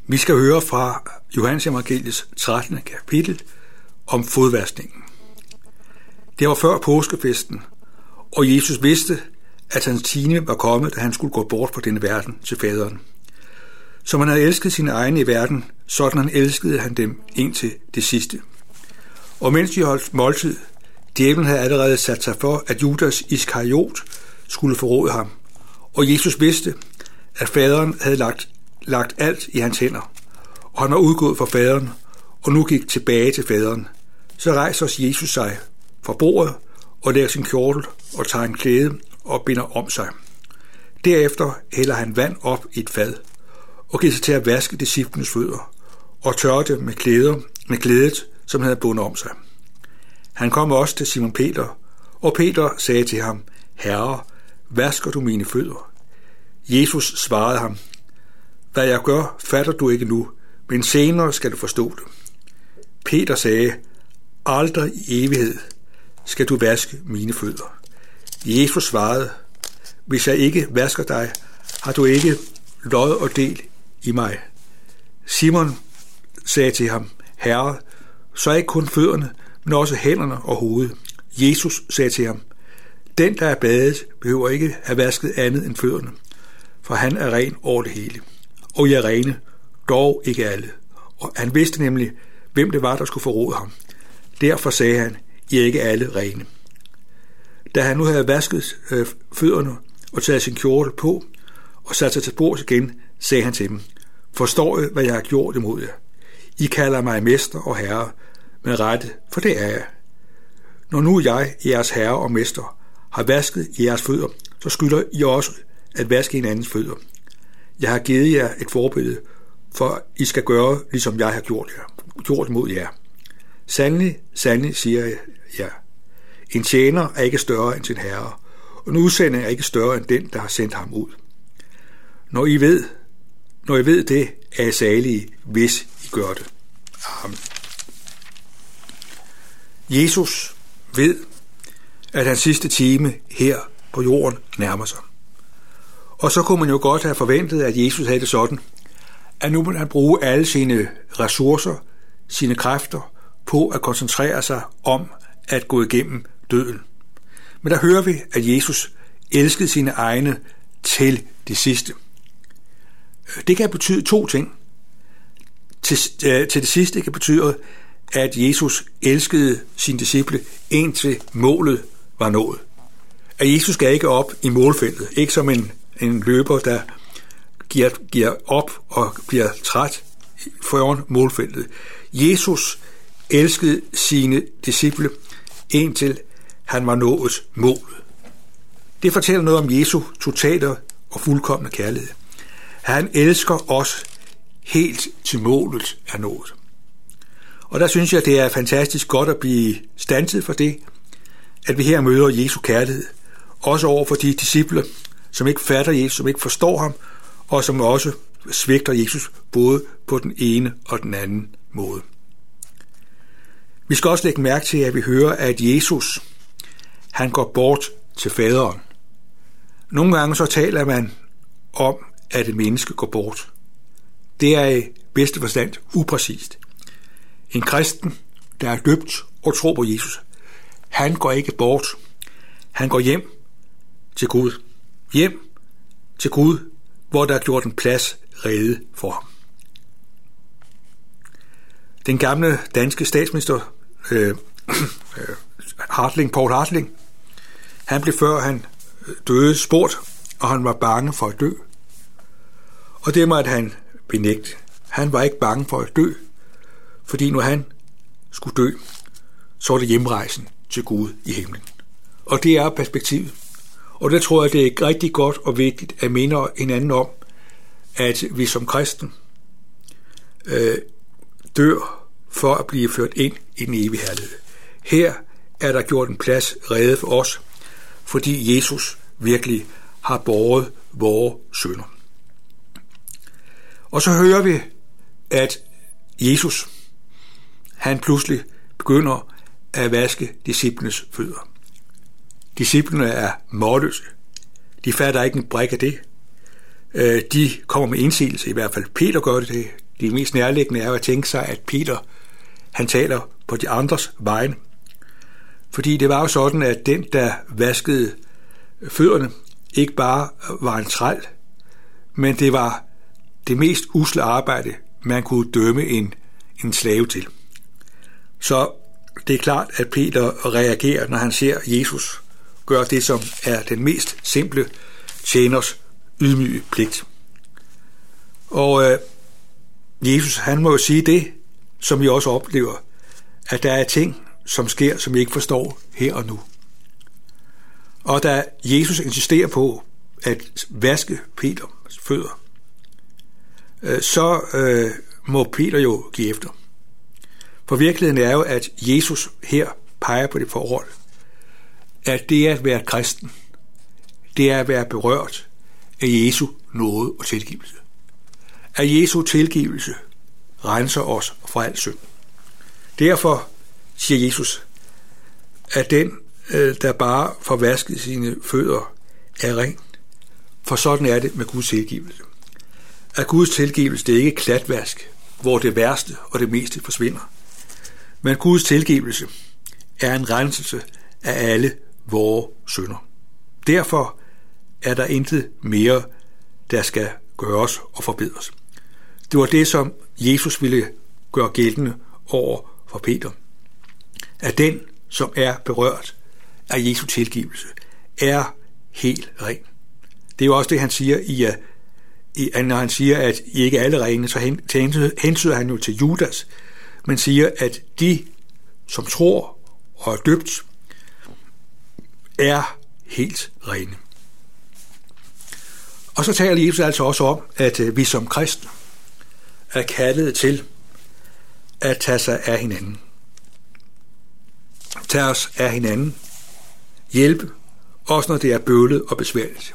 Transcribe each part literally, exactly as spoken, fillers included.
Vi skal høre fra Johannes Evangeliets trettende kapitel om fodvaskningen. Det var før påskefesten, og Jesus vidste, at hans time var kommet, da han skulle gå bort fra denne verden til faderen. Som han havde elsket sine egne i verden, sådan han elskede han dem indtil det sidste. Og mens de holdt måltid, djævlen havde allerede sat sig for, at Judas Iskariot skulle forråde ham, og Jesus vidste, at faderen havde lagt, lagt alt i hans hænder, og han var udgået fra faderen, og nu gik tilbage til faderen. Så rejser Jesus sig fra bordet og lægger sin kjortel og tager en klæde og binder om sig. Derefter hælder han vand op i et fad og giver sig til at vaske disciplenes fødder og tørre dem med klæder med klædet, som han havde bundet om sig. Han kom også til Simon Peter, og Peter sagde til ham: Herre, vasker du mine fødder? Jesus svarede ham: Hvad jeg gør, fatter du ikke nu, men senere skal du forstå det. Peter sagde: Aldrig i evighed skal du vaske mine fødder. Jesus svarede: Hvis jeg ikke vasker dig, har du ikke lod og del i mig. Simon sagde til ham: Herre, så ikke kun fødderne, men også hænderne og hovedet. Jesus sagde til ham: Den, der er badet, behøver ikke have vasket andet end fødderne, for han er ren over det hele. Og I er rene, dog ikke alle. Og han vidste nemlig, hvem det var, der skulle forråde ham. Derfor sagde han: I er ikke alle rene. Da han nu havde vasket øh, fødderne og taget sin kjortel på og sat sig til bords igen, sagde han til dem: Forstår I, hvad jeg har gjort imod jer? I kalder mig mester og herre, med rette, for det er jeg. Når nu jeg, jeres herre og mester, har vasket jeres fødder, så skylder I også at vaske hinandens fødder. Jeg har givet jer et forbillede, for I skal gøre, ligesom jeg har gjort, jer, gjort mod jer. Sandelig, sandelig, siger jeg jer. En tjener er ikke større end sin herre, og en udsender er ikke større end den, der har sendt ham ud. Når I ved, når I ved det, er I salige, hvis I gør det. Amen. Jesus ved, at hans sidste time her på jorden nærmer sig. Og så kunne man jo godt have forventet, at Jesus havde det sådan, at nu må han bruge alle sine ressourcer, sine kræfter, på at koncentrere sig om at gå igennem døden. Men der hører vi, at Jesus elskede sine egne til det sidste. Det kan betyde to ting. Til, øh, til det sidste kan betyde, at Jesus elskede sine disciple, indtil målet var nået. At Jesus gav ikke op i målfeltet, ikke som en, en løber, der giver, giver op og bliver træt foran målfeltet. Jesus elskede sine disciple, indtil han var nået målet. Det fortæller noget om Jesu totale og fuldkomne kærlighed. Han elsker os helt til målet er nået. Og der synes jeg, det er fantastisk godt at blive standset for det, at vi her møder Jesu kærlighed, også over for de disciple, som ikke fatter Jesus, som ikke forstår ham, og som også svigter Jesus både på den ene og den anden måde. Vi skal også lægge mærke til, at vi hører, at Jesus, han går bort til faderen. Nogle gange så taler man om, at et menneske går bort. Det er i bedste forstand upræcist. En kristen, der er døbt og tror på Jesus, han går ikke bort. Han går hjem til Gud. Hjem til Gud, hvor der er gjort en plads rede for ham. Den gamle danske statsminister, øh, øh, Hartling, Poul Hartling, han blev før han døde spurgt, og han var bange for at dø. Og det måtte han benægte. Han var ikke bange for at dø, fordi når han skulle dø, så var det hjemrejsen til Gud i himlen. Og det er perspektivet. Og det tror jeg, det er rigtig godt og vigtigt at minde hinanden om, at vi som kristen øh, dør for at blive ført ind i den evige herlighed. Her er der gjort en plads rede for os, fordi Jesus virkelig har båret vores synder. Og så hører vi, at Jesus, han pludselig begynder at vaske disciplenes fødder. Disciplene er målløse. De fatter ikke en brik af det. De kommer med indsigelse, i hvert fald Peter gør det. Det mest nærliggende er at tænke sig, at Peter, han taler på de andres vegne. Fordi det var jo sådan, at den, der vaskede fødderne, ikke bare var en træl, men det var det mest usle arbejde, man kunne dømme en, en slave til. Så det er klart, at Peter reagerer, når han ser Jesus gøre det, som er den mest simple tjeners ydmyge pligt. Og øh, Jesus, han må jo sige det, som vi også oplever, at der er ting, som sker, som vi ikke forstår her og nu. Og da Jesus insisterer på at vaske Peters fødder, øh, så øh, må Peter jo give efter. For virkeligheden er jo, at Jesus her peger på det forhold, at det at være kristen, det er at være berørt af Jesu nåde og tilgivelse. At Jesu tilgivelse renser os fra al synd. Derfor siger Jesus, at den, der bare får vasket sine fødder, er ren. For sådan er det med Guds tilgivelse. At Guds tilgivelse, det er ikke klatvask, hvor det værste og det meste forsvinder. Men Guds tilgivelse er en renselse af alle vores synder. Derfor er der intet mere, der skal gøres og forbedres. Det var det, som Jesus ville gøre gældende over for Peter. At den, som er berørt af Jesu tilgivelse, er helt ren. Det er jo også det, han siger, i, i, når han siger, at I ikke er alle rene, så hensyder han jo til Judas, men siger, at de, som tror og er døbt, er helt rene. Og så taler Jesus altså også om, at vi som kristne er kaldet til at tage sig af hinanden. Tage os af hinanden. Hjælpe, også når det er bøvlet og besværligt.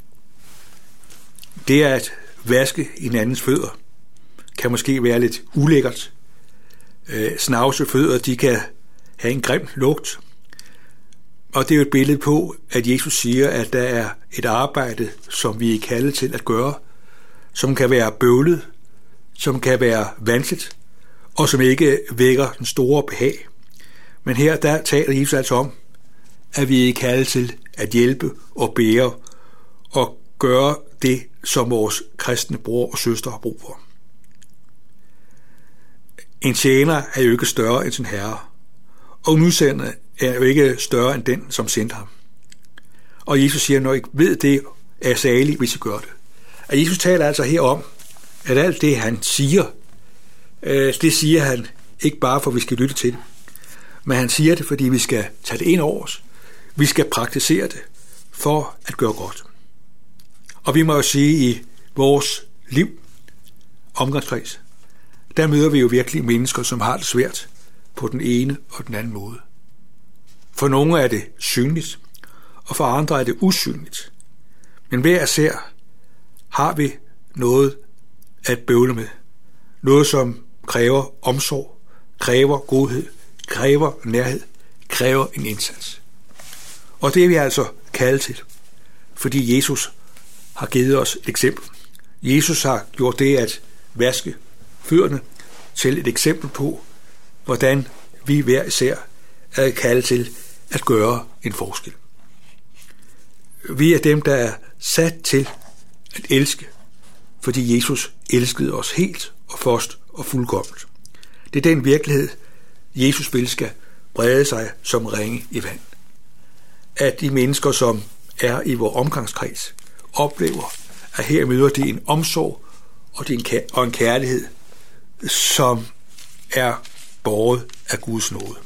Det at vaske hinandens fødder kan måske være lidt ulækkert. Snavse fødder, de kan have en grim lugt. Og det er jo et billede på, at Jesus siger, at der er et arbejde, som vi er kaldet til at gøre, som kan være bøvlet, som kan være vanskeligt, og som ikke vækker den store behag. Men her der taler Jesus altså om, at vi er kaldet til at hjælpe og bære og gøre det, som vores kristne bror og søster har brug for. En tjener er jo ikke større end sin herre, og en udsendte er jo ikke større end den, som sendte ham. Og Jesus siger, når I ved det, er salig, hvis I gør det. Og Jesus taler altså her om, at alt det, han siger, det siger han ikke bare, for vi skal lytte til det, men han siger det, fordi vi skal tage det ind over os. Vi skal praktisere det for at gøre godt. Og vi må jo sige, i vores liv, omgangskreds, der møder vi jo virkelig mennesker, som har det svært på den ene og den anden måde. For nogle er det synligt, og for andre er det usynligt. Men hver især har vi noget at bøvle med. Noget, som kræver omsorg, kræver godhed, kræver nærhed, kræver en indsats. Og det er vi altså kaldet til, fordi Jesus har givet os et eksempel. Jesus har gjort det at vaske fødderne til et eksempel på, hvordan vi hver især er kaldet til at gøre en forskel. Vi er dem, der er sat til at elske, fordi Jesus elskede os helt og først og fuldkomment. Det er den virkelighed, Jesus vil skal brede sig som ringe i vand. At de mennesker, som er i vores omgangskreds, oplever, at her møder de en omsorg og en kærlighed, som er båret af Guds nåde.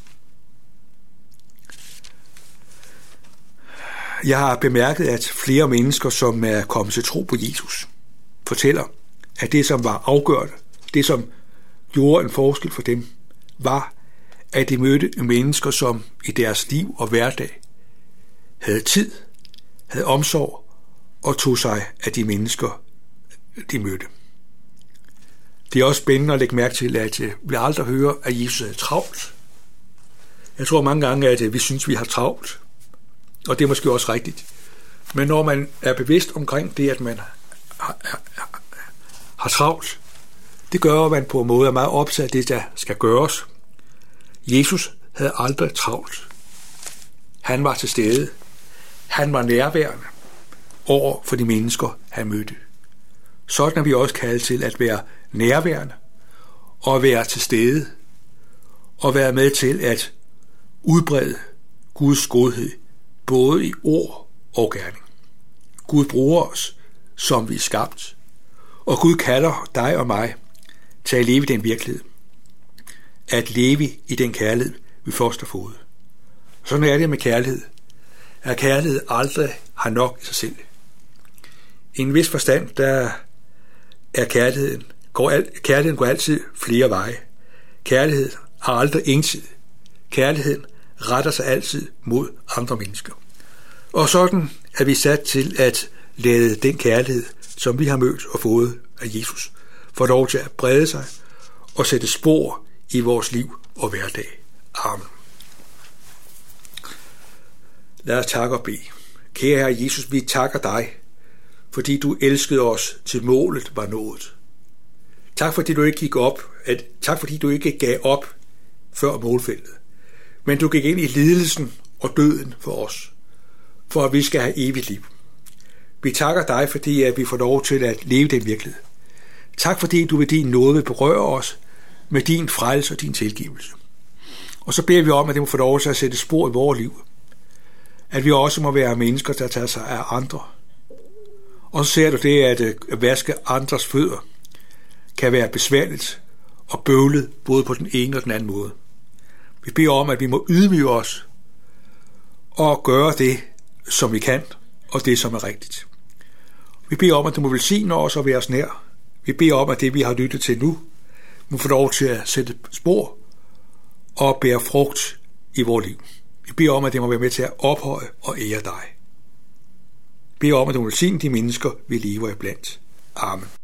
Jeg har bemærket, at flere mennesker, som er kommet til tro på Jesus, fortæller, at det, som var afgørende, det, som gjorde en forskel for dem, var, at de mødte mennesker, som i deres liv og hverdag havde tid, havde omsorg og tog sig af de mennesker, de mødte. Det er også spændende at lægge mærke til, at vi aldrig hører, at Jesus havde travlt. Jeg tror mange gange, at vi synes, vi har travlt, og det er måske også rigtigt. Men når man er bevidst omkring det, at man har, har, har travlt, Det gør man på en måde, er meget optaget af det, der skal gøres. Jesus havde aldrig travlt. Han var til stede. Han var nærværende over for de mennesker, han mødte. Sådan er vi også kaldet til at være nærværende og være til stede og være med til at udbrede Guds godhed, både i ord og gerning. Gud bruger os, som vi er skabt, og Gud kalder dig og mig til at leve i den virkelighed. At leve i den kærlighed, vi først har fået. Sådan er det med kærlighed. At kærlighed aldrig har nok i sig selv. I en vis forstand, der er kærligheden, går al, kærligheden går altid flere veje. Kærlighed har aldrig ensidig. Kærligheden retter sig altid mod andre mennesker. Og sådan er vi sat til at lade den kærlighed, som vi har mødt og fået af Jesus, få lov til at brede sig og sætte spor i vores liv og hverdag. Amen. Lad os takke og bede. Kære Herre Jesus, vi takker dig, fordi du elskede os til målet var nået. Tak fordi du ikke gik op, at, tak fordi du ikke gav op før målfeltet, men du gik ind i lidelsen og døden for os, for at vi skal have evigt liv. Vi takker dig, fordi at vi får lov til at leve den virkelighed. Tak fordi du ved din nåde vil berøre os med din frelse og din tilgivelse. Og så beder vi om, at det må få lov til at sætte spor i vores liv. At vi også må være mennesker, der tager sig af andre. Og så ser du det, at vaske andres fødder kan være besværligt og bøvlet både på den ene og den anden måde. Vi beder om, at vi må ydmyge os og gøre det, som vi kan, og det, som er rigtigt. Vi beder om, at du må velsigne os og være os nær. Vi beder om, at det, vi har lyttet til nu, må få lov til at sætte spor og bære frugt i vores liv. Vi beder om, at det må være med til at ophøje og ære dig. Vi beder om, at du må velsigne de mennesker, vi lever iblandt. Amen.